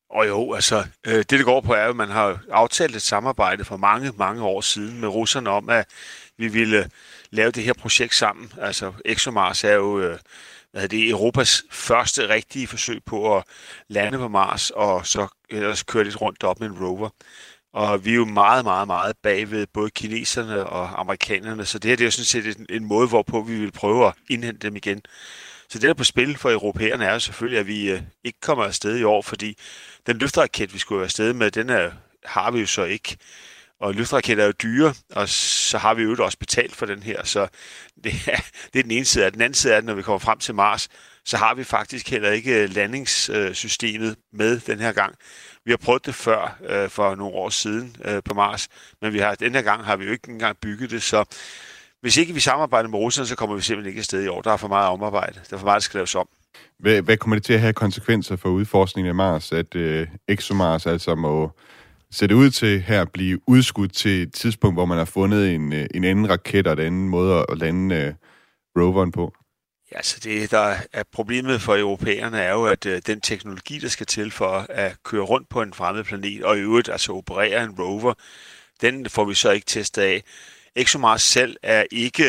Speaker 13: Det går på er jo, at man har aftalt et samarbejde for mange, mange år siden med russerne om, at vi ville lave det her projekt sammen. Altså ExoMars er jo Europas første rigtige forsøg på at lande på Mars, og så ellers køre lidt rundt op med en rover. Og vi er jo meget, meget, meget bagved både kineserne og amerikanerne, så det her det er jo sådan set en måde, hvorpå vi vil prøve at indhente dem igen. Så det, der er på spil for europæerne, er jo selvfølgelig, at vi ikke kommer afsted i år, fordi den løfteraket, vi skulle være afsted med, har vi jo så ikke. Og løfteraketter er jo dyre, og så har vi jo også betalt for den her. Så det er den ene side af. Den anden side er, at når vi kommer frem til Mars, så har vi faktisk heller ikke landingssystemet med den her gang. Vi har prøvet det før, for nogle år siden på Mars, men den her gang har vi jo ikke engang bygget det, så hvis ikke vi samarbejder med russerne, så kommer vi simpelthen ikke afsted i år. Der er for meget omarbejde. Der er for meget, der skal laves om.
Speaker 3: Hvad kommer det til at have konsekvenser for udforskningen af Mars, at ExoMars altså må sætte ud til her at blive udskudt til et tidspunkt, hvor man har fundet en anden raket og en anden måde at lande roveren på?
Speaker 13: Ja, så det, der er problemet for europæerne, er jo, at den teknologi, der skal til for at køre rundt på en fremmed planet, og i øvrigt altså operere en rover, den får vi så ikke testet af. ExoMars selv er ikke,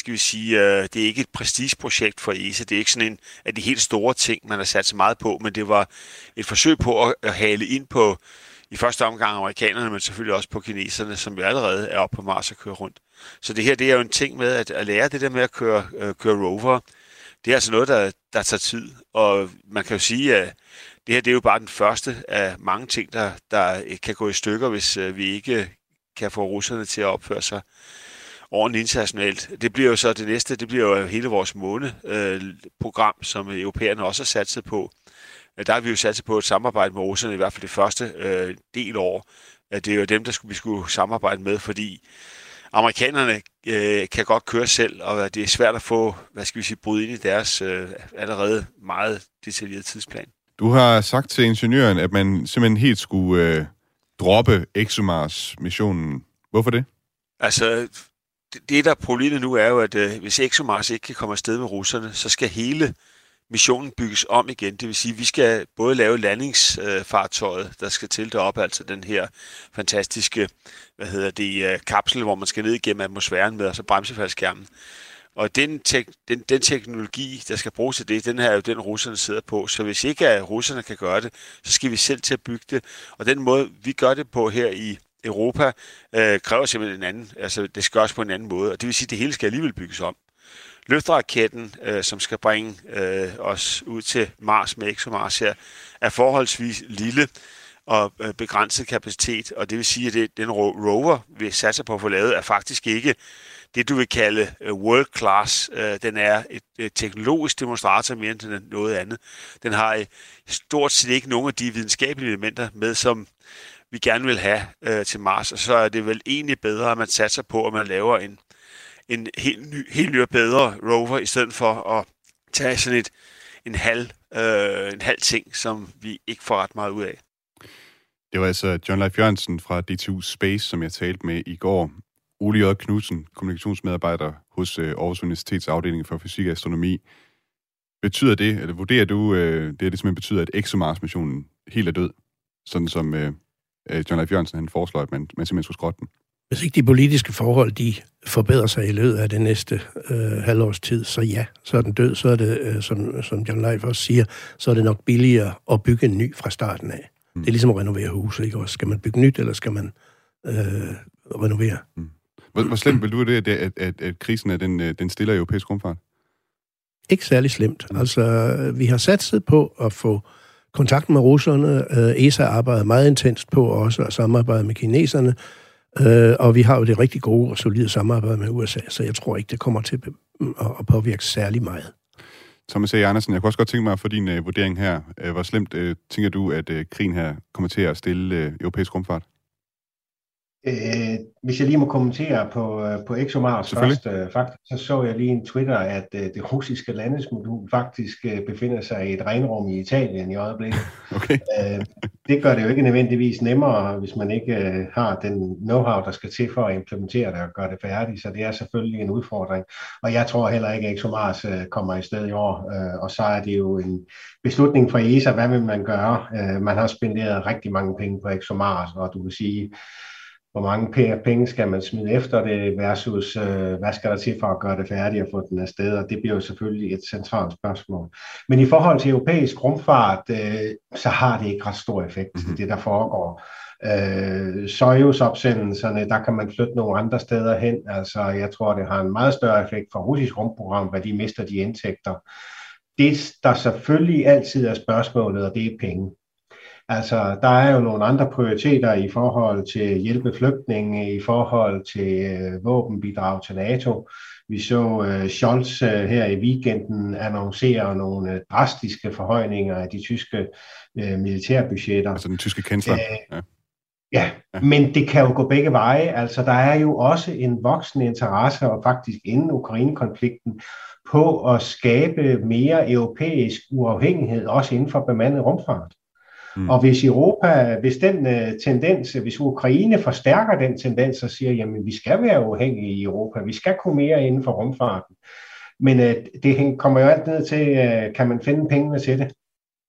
Speaker 13: det er ikke et prestigeprojekt for ESA. Det er ikke sådan en af de helt store ting, man har sat så meget på, men det var et forsøg på at hale ind på, i første omgang amerikanerne, men selvfølgelig også på kineserne, som jo allerede er oppe på Mars og kører rundt. Så det her, det er jo en ting med at lære det der med at køre rover. Det er altså noget, der tager tid, og man kan jo sige, at det her, det er jo bare den første af mange ting, der kan gå i stykker, hvis vi ikke kan få russerne til at opføre sig ordentligt internationalt. Det bliver jo så det næste, det bliver jo hele vores måneprogram, som europæerne også har satset på. Der har vi jo satset på et samarbejde med russerne, i hvert fald det første del år. Det er jo dem, vi skulle samarbejde med, fordi amerikanerne kan godt køre selv, og det er svært at få, bryde ind i deres allerede meget detaljerede tidsplan.
Speaker 3: Du har sagt til ingeniøren, at man simpelthen helt skulle droppe ExoMars-missionen. Hvorfor det?
Speaker 13: Altså, det der problemet nu er jo, at hvis ExoMars ikke kan komme afsted med russerne, så skal hele missionen bygges om igen. Det vil sige, at vi skal både lave landingsfartøjet, der skal til deroppe, altså den her fantastiske, kapsel, hvor man skal ned igennem atmosfæren med, altså bremsefaldskærmen. Og den teknologi, der skal bruges til det, den her er jo den, russerne sidder på. Så hvis ikke at russerne kan gøre det, så skal vi selv til at bygge det. Og den måde, vi gør det på her i Europa, kræver simpelthen en anden, altså det skal gøres på en anden måde. Og det vil sige, at det hele skal alligevel bygges om. Løfteraketten, som skal bringe os ud til Mars med ExoMars her, er forholdsvis lille og begrænset kapacitet. Og det vil sige, at den rover, vi satser på at få lavet, er faktisk ikke det, du vil kalde world class. Den er et teknologisk demonstrator mere end den er noget andet. Den har stort set ikke nogen af de videnskabelige elementer med, som vi gerne vil have til Mars. Og så er det vel egentlig bedre, at man satser på, at man laver en helt ny og bedre rover, i stedet for at tage sådan en halv ting, som vi ikke får ret meget ud af.
Speaker 3: Det var altså John Leif Jørgensen fra DTU Space, som jeg talte med i går. Ole J. Knudsen, kommunikationsmedarbejder hos Aarhus Universitets afdeling for fysik og astronomi. Betyder det, eller vurderer du, det simpelthen betyder, at ExoMars-missionen helt er død? Sådan som John Leif Jørgensen han foreslår, at man simpelthen skulle skrotte den?
Speaker 6: Hvis ikke de politiske forhold, de forbedrer sig i løbet af det næste halvårs tid, så ja, så er den død. Så er det, som John Leif også siger, så er det nok billigere at bygge en ny fra starten af. Det er ligesom at renovere huse, ikke også? Skal man bygge nyt, eller skal man renovere?
Speaker 3: Hvor slemt vil du det, at krisen er den stiller europæisk rumfart?
Speaker 6: Ikke særlig slemt. Altså, vi har satset på at få kontakt med russerne. ESA arbejder meget intenst på også at samarbejde med kineserne. Og vi har jo det rigtig gode og solide samarbejde med USA, så jeg tror ikke, det kommer til at påvirke særlig meget.
Speaker 3: Thomas A. Andersen, jeg kunne også godt tænke mig at få din vurdering her. Hvor slemt tænker du, at krigen her kommer til at stille europæisk rumfart?
Speaker 7: Hvis jeg lige må kommentere på ExoMars først, faktisk, så jeg lige en Twitter, at det russiske landesmodul faktisk befinder sig i et regnrum i Italien i øjeblikket.
Speaker 3: Okay.
Speaker 7: Det gør det jo ikke nødvendigvis nemmere, hvis man ikke har den know-how, der skal til for at implementere det og gøre det færdigt, så det er selvfølgelig en udfordring. Og jeg tror heller ikke, at ExoMars kommer i sted i år, og så er det jo en beslutning fra ESA, hvad vil man gøre? Man har spenderet rigtig mange penge på ExoMars, og du vil sige, hvor mange penge skal man smide efter det versus hvad skal der til for at gøre det færdigt og få den afsted, og det bliver jo selvfølgelig et centralt spørgsmål. Men i forhold til europæisk rumfart, så har det ikke ret stor effekt, det der foregår. Soyuz-opsendelserne, der kan man flytte nogle andre steder hen, altså jeg tror, det har en meget større effekt for russisk rumprogram, hvad de mister de indtægter. Det, der selvfølgelig altid er spørgsmålet, og det er penge. Altså, der er jo nogle andre prioriteter i forhold til hjælpe flygtninge, i forhold til våbenbidrag til NATO. Vi så Scholz her i weekenden annoncere nogle drastiske forhøjninger af de tyske militærbudgetter.
Speaker 3: Altså den tyske kansler.
Speaker 7: Ja, men det kan jo gå begge veje. Altså, der er jo også en voksende interesse, og faktisk inden Ukraine-konflikten, på at skabe mere europæisk uafhængighed, også inden for bemandet rumfart. Og hvis den tendens, hvis Ukraine forstærker den tendens og siger, jamen vi skal være uafhængige i Europa, vi skal kunne mere inden for rumfarten, men det kommer jo alt ned til, kan man finde pengene til det?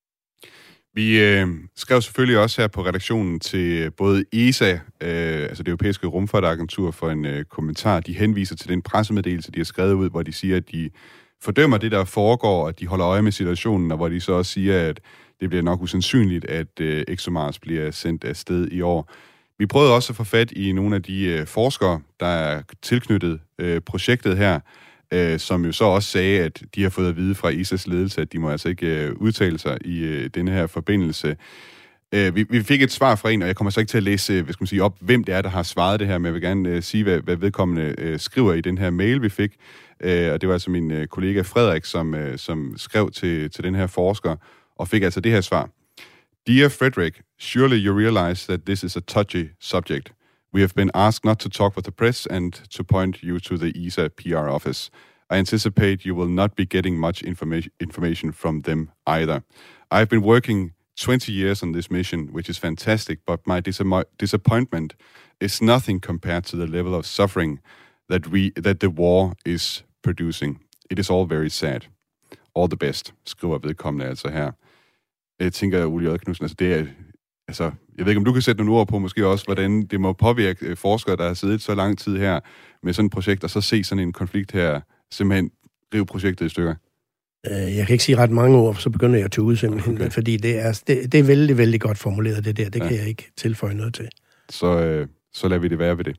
Speaker 3: Vi skrev selvfølgelig også her på redaktionen til både ESA, altså det europæiske rumfartagentur, for en kommentar. De henviser til den pressemeddelelse, de har skrevet ud, hvor de siger, at de fordømmer det, der foregår, og de holder øje med situationen, og hvor de så også siger, at det bliver nok usandsynligt, at ExoMars bliver sendt afsted i år. Vi prøvede også at få fat i nogle af de forskere, der er tilknyttet projektet her, som jo så også sagde, at de har fået at vide fra ESA's ledelse, at de må altså ikke udtale sig i denne her forbindelse. Vi fik et svar fra en, og jeg kommer så ikke til at læse op, hvem det er, der har svaret det her, men jeg vil gerne sige, hvad vedkommende skriver i den her mail, vi fik. Og det var altså min kollega Frederik, som skrev til den her forsker, og fik altså det her svar. Dear Frederick, surely you realize that this is a touchy subject. We have been asked not to talk with the press and to point you to the ESA PR office. I anticipate you will not be getting much information from them either. I've been working 20 years on this mission, which is fantastic, but my disappointment is nothing compared to the level of suffering that the war is producing. It is all very sad. All the best, skriver vedkommende altså her. Jeg tænker, Ole J. Knudsen, altså det er, altså, jeg ved ikke, om du kan sætte nogle ord på måske også, hvordan det må påvirke forskere, der har siddet så lang tid her med sådan et projekt, og så se sådan en konflikt her, simpelthen rive projektet i stykker.
Speaker 6: Jeg kan ikke sige ret mange ord, så begynder jeg at tude simpelthen, fordi det er vældig, vældig godt formuleret, det der. Det kan jeg ikke tilføje noget til.
Speaker 3: Så lader vi det være ved det.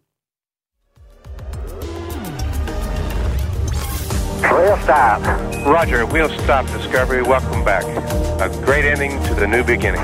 Speaker 12: We'll stop. Roger, we'll stop Discovery. Welcome back. A great ending to the new beginning.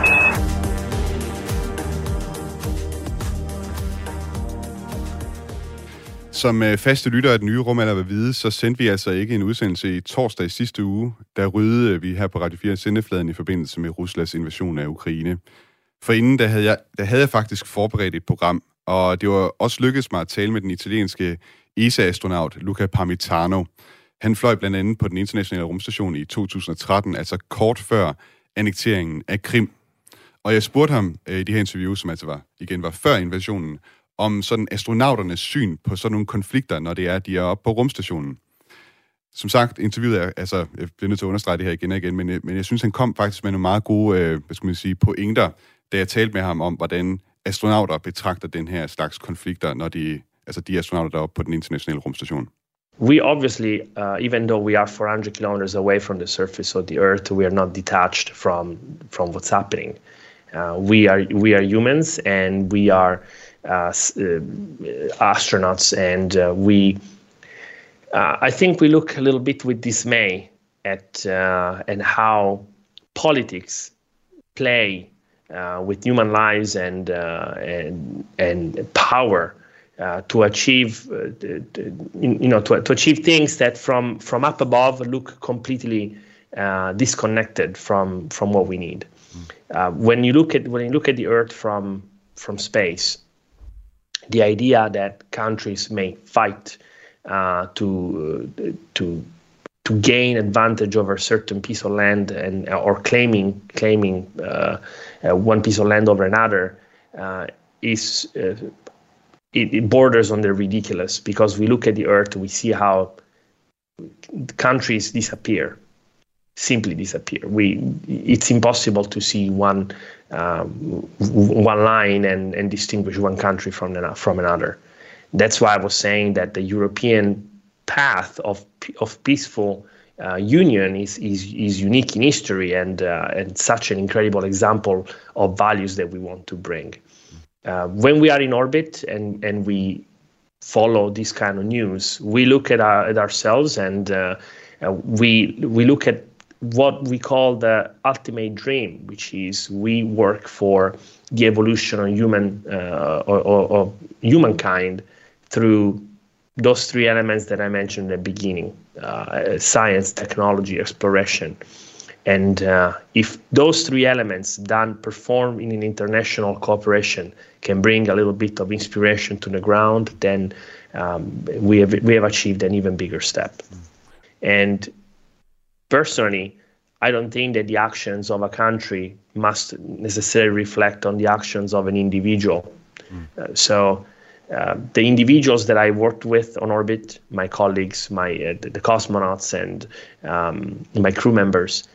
Speaker 3: Som faste lytter af den nye rumalder vil vide, så sendte vi altså ikke en udsendelse i torsdag i sidste uge. Der ryddede vi her på Radio 4 sendefladen i forbindelse med Ruslands invasion af Ukraine. For inden der havde jeg faktisk forberedt et program, og det var også lykkedes mig at tale med den italienske ESA-astronaut Luca Parmitano. Han fløj blandt andet på den internationale rumstation i 2013, altså kort før annekteringen af Krim. Og jeg spurgte ham i de her interviews, som altså var før invasionen, om sådan astronauternes syn på sådan nogle konflikter, når det er, de er oppe på rumstationen. Som sagt, interviewet er, altså, jeg bliver nødt til at understrege det her igen og igen, men jeg synes, han kom faktisk med nogle meget gode, pointer, da jeg talte med ham om, hvordan astronauter betragter den her slags konflikter, når de astronauter, der er oppe på den internationale rumstation.
Speaker 14: We obviously, even though we are 400 kilometers away from the surface of the Earth, we are not detached from what's happening. We are humans, and we are astronauts, and I think we look a little bit with dismay at how politics play with human lives and power. To achieve, to achieve things that from up above look completely disconnected from what we need. When you look at the Earth from space, the idea that countries may fight to gain advantage over a certain piece of land or claiming one piece of land over another is. It borders on the ridiculous, because we look at the Earth, we see how countries simply disappear. It's impossible to see one line and distinguish one country from another. That's why I was saying that the European path of peaceful union is unique in history and such an incredible example of values that we want to bring. When we are in orbit and we follow this kind of news, we look at ourselves and we look at what we call the ultimate dream, which is we work for the evolution of humankind through those three elements that I mentioned at the beginning: science, technology, exploration. And if those three elements done perform in an international cooperation can bring a little bit of inspiration to the ground, then we have achieved an even bigger step. And personally, I don't think that the actions of a country must necessarily reflect on the actions of an individual. So the individuals that I worked with on orbit, my colleagues, the cosmonauts, and my crew members,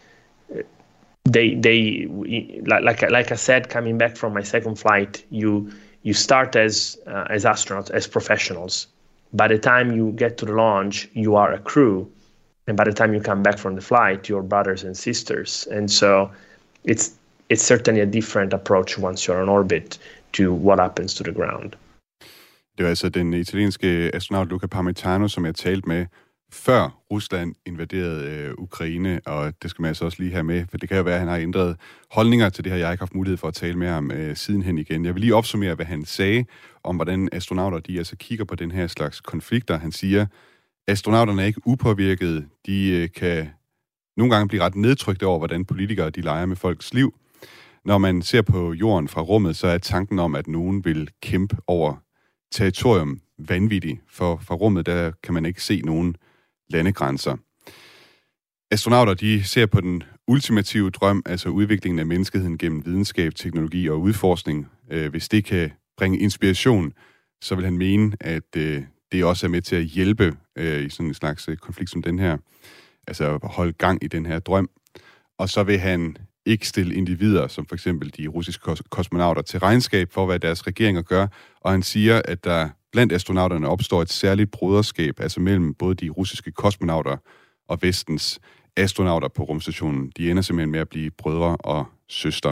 Speaker 14: they like I said, coming back from my second flight, you start as astronauts, as professionals. By the time you get to the launch, you are a crew, and by the time you come back from the flight, you're brothers and sisters. And so it's certainly a different approach once you're on orbit to what happens to the ground.
Speaker 3: Det var altså den italienske astronaut Luca Parmitano, som jeg talte med før Rusland invaderede Ukraine, og det skal man altså også lige have med, for det kan jo være, at han har ændret holdninger til det her. Jeg har ikke haft mulighed for at tale med ham sidenhen igen. Jeg vil lige opsummere, hvad han sagde om, hvordan astronauter de altså kigger på den her slags konflikter. Han siger, astronauterne er ikke upåvirkede. De kan nogle gange blive ret nedtrykte over, hvordan politikere de leger med folks liv. Når man ser på jorden fra rummet, så er tanken om, at nogen vil kæmpe over territorium vanvittig. For fra rummet, der kan man ikke se nogen landegrænser. Astronauter, de ser på den ultimative drøm, altså udviklingen af menneskeheden gennem videnskab, teknologi og udforskning. Hvis det kan bringe inspiration, så vil han mene, at det også er med til at hjælpe i sådan en slags konflikt som den her. Altså holde gang i den her drøm. Og så vil han ikke stille individer, som for eksempel de russiske kosmonauter, til regnskab for, hvad deres regeringer gør. Og han siger, at der blandt astronauterne opstår et særligt broderskab, altså mellem både de russiske kosmonauter og vestens astronauter på rumstationen. De ender simpelthen med at blive brødre og søstre.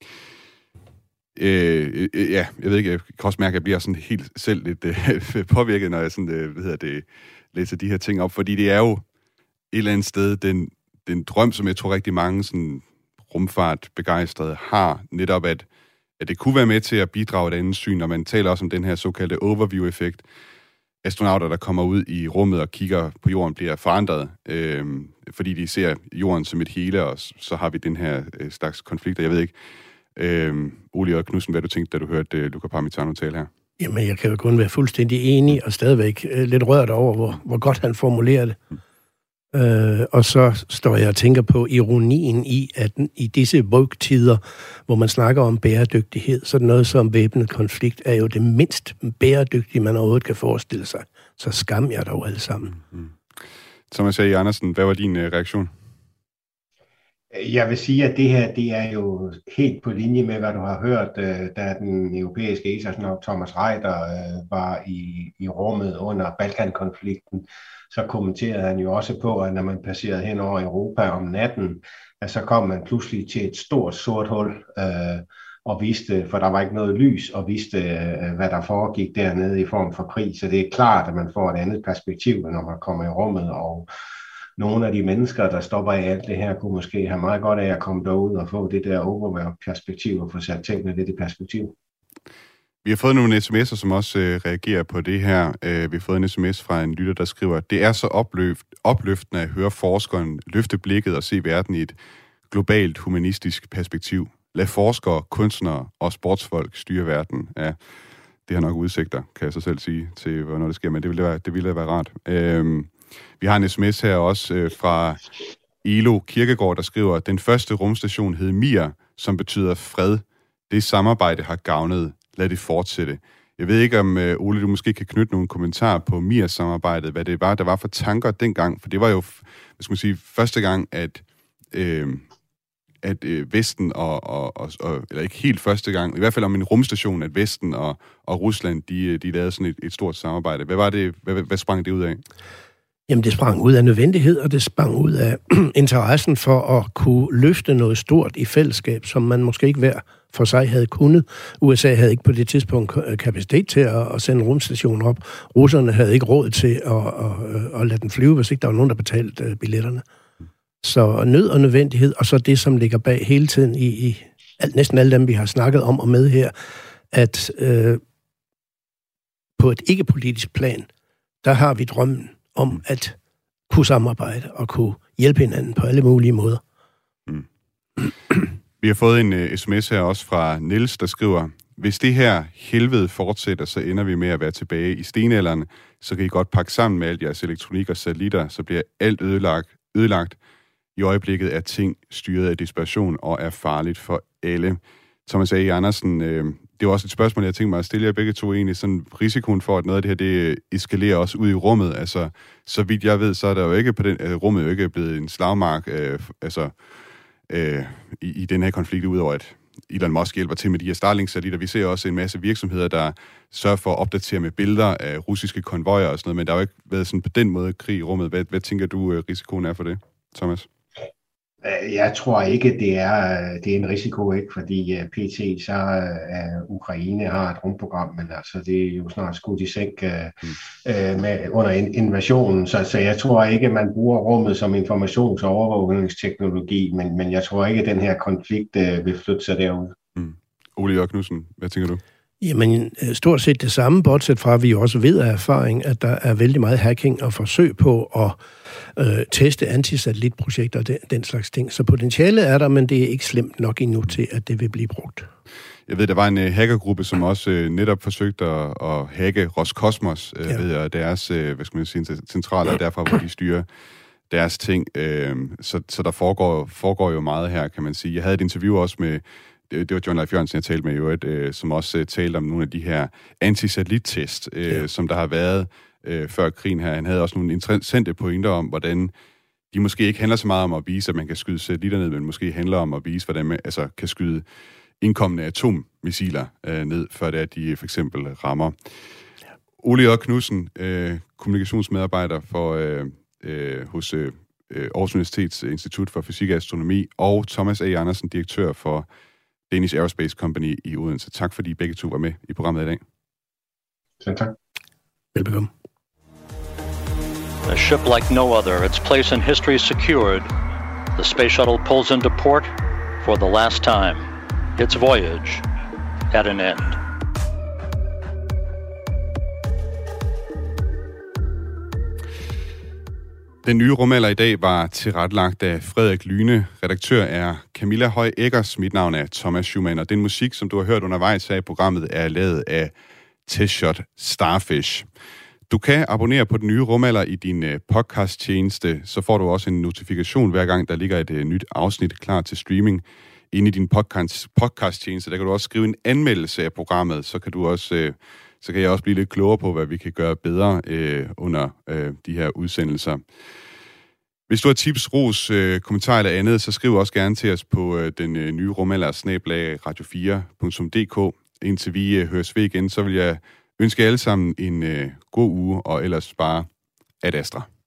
Speaker 3: Jeg ved ikke, jeg kan også mærke, at jeg bliver sådan helt selv lidt påvirket, når jeg sådan, læser de her ting op, fordi det er jo et eller andet sted den drøm, som jeg tror rigtig mange sådan rumfart begejstrede har, netop at det kunne være med til at bidrage et andet syn, når man taler også om den her såkaldte overview-effekt. Astronauter, der kommer ud i rummet og kigger på jorden, bliver forandret, fordi de ser jorden som et hele, og så har vi den her slags konflikter. Jeg ved ikke, Ole og Knudsen, hvad du tænkte, da du hørte Luca Parmitano tale her? Jamen,
Speaker 6: jeg kan jo kun være fuldstændig enig, og stadigvæk lidt rørt over, hvor godt han formulerer det. Og så står jeg og tænker på ironien i, at i disse woke-tider, hvor man snakker om bæredygtighed, så noget som væbnet konflikt er jo det mindst bæredygtige, man overhovedet kan forestille sig. Så skam jeg dog alle sammen.
Speaker 3: Thomas A. Andersen, hvad var din reaktion?
Speaker 7: Jeg vil sige, at det her, det er jo helt på linje med, hvad du har hørt, da den europæiske ESA-astronaut Thomas Reiter var i rummet under Balkankonflikten. Så kommenterede han jo også på, at når man passerede hen over Europa om natten, så kom man pludselig til et stort sort hul, og vidste, for der var ikke noget lys, og vidste, hvad der foregik dernede i form for krig. Så det er klart, at man får et andet perspektiv, når man kommer i rummet, og nogle af de mennesker, der stopper i alt det her, kunne måske have meget godt af at komme derud og få det der overview-perspektiv og få sat tingene lidt i perspektiv.
Speaker 3: Vi har fået nogle sms'er, som også reagerer på det her. Vi har fået en sms fra en lytter, der skriver, det er så opløftende at høre forskeren løfte blikket og se verden i et globalt humanistisk perspektiv. Lad forskere, kunstnere og sportsfolk styre verden. Ja, det har nok udsigter, kan jeg så selv sige, til hvornår det sker, men det ville være rart. Vi har en sms her også fra Elo Kirkegaard, der skriver, den første rumstation hed Mir, som betyder fred. Det samarbejde har gavnet. Lad det fortsætte. Jeg ved ikke, om Ole, du måske kan knytte nogle kommentarer på Mir-samarbejdet, hvad det var, der var for tanker dengang, for det var jo, hvad skal man sige, første gang, at Vesten eller ikke helt første gang, i hvert fald om en rumstation, at Vesten og Rusland, de lavede sådan et stort samarbejde. Hvad var det, hvad sprang det ud af?
Speaker 6: Jamen, det sprang ud af nødvendighed, og det sprang ud af interessen for at kunne løfte noget stort i fællesskab, som man måske ikke hver for sig havde kunnet. USA havde ikke på det tidspunkt kapacitet til at sende rumstationen op. Russerne havde ikke råd til at lade den flyve, hvis ikke der var nogen, der betalte billetterne. Så nød og nødvendighed, og så det, som ligger bag hele tiden i næsten alle dem, vi har snakket om og med her, at på et ikke-politisk plan, der har vi drømmen om at kunne samarbejde og kunne hjælpe hinanden på alle mulige måder.
Speaker 3: Vi har fået en sms her også fra Niels, der skriver, hvis det her helvede fortsætter, så ender vi med at være tilbage i stenalderen, så kan I godt pakke sammen med alt jeres elektronik og satellitter, så bliver alt ødelagt. I øjeblikket er ting styret af desperation og er farligt for alle. Thomas A. Andersen, det var også et spørgsmål, jeg tænkte mig at stille jer begge to egentlig, sådan risikoen for, at noget af det her, det eskalerer også ud i rummet. Altså, så vidt jeg ved, så er der jo ikke på den, rummet jo ikke blevet en slagmark, i den her konflikt, udover at Elon Musk hjælper til med de her Starlink-satellitter. Vi ser også en masse virksomheder, der sørger for at opdatere med billeder af russiske konvojer og sådan noget, men der har jo ikke været sådan på den måde krig i rummet. Hvad tænker du, risikoen er for det, Thomas?
Speaker 7: Jeg tror ikke, det er en risiko, ikke, fordi PT så Ukraine har et rumprogram, men altså det er jo snart skudt i sænk under invasionen, så jeg tror ikke, man bruger rummet som informations- og overvågningsteknologi, men jeg tror ikke, at den her konflikt vil flytte sig derud.
Speaker 3: Ole Jørg Knudsen, hvad tænker du?
Speaker 6: Jamen, stort set det samme, bortset fra, at vi også ved af erfaring, at der er vældig meget hacking og forsøg på at teste antisatellitprojekter og den slags ting. Så potentialet er der, men det er ikke slemt nok endnu til, at det vil blive brugt.
Speaker 3: Jeg ved, der var en hackergruppe, som også netop forsøgte at hacke Roskosmos ved deres centraler, derfra hvor de styrer deres ting. Så der foregår jo meget her, kan man sige. Jeg havde et interview også med, det var John Leif Jørgensen, jeg talte med som også talte om nogle af de her antisatellittest, som der har været før krigen her. Han havde også nogle interessante pointer om, hvordan de måske ikke handler så meget om at vise, at man kan skyde satellitter ned, men måske handler om at vise, hvordan man kan skyde indkommende atommissiler ned, før det er, at de for eksempel rammer. Ole J. Knudsen, kommunikationsmedarbejder hos Aarhus Universitets Institut for Fysik og Astronomi, og Thomas A. Andersen, direktør for Danish Aerospace Company i Odense. Tak fordi begge to var med i programmet i dag.
Speaker 7: Selv tak.
Speaker 6: Velbekomme.
Speaker 15: A ship like no other, its place in history secured. The space shuttle pulls into port for the last time. Its voyage at an end.
Speaker 3: Den nye rumalder i dag var tilrettelagt af Frederik Lyne. Redaktør er Camilla Høj Eggers. Mit navn er Thomas Schumann, og den musik, som du har hørt undervejs her i programmet, er lavet af Testshot Starfish. Du kan abonnere på den nye rumalder i din podcast-tjeneste, så får du også en notifikation hver gang, der ligger et nyt afsnit klar til streaming. Inde i din podcast-tjeneste, der kan du også skrive en anmeldelse af programmet, så kan jeg også blive lidt klogere på, hvad vi kan gøre bedre under de her udsendelser. Hvis du har tips, ros, kommentarer eller andet, så skriv også gerne til os på den nye rumalder @radio4.dk. Indtil vi høres ved igen, så vil jeg ønske jer alle sammen en god uge, og ellers bare ad Astra.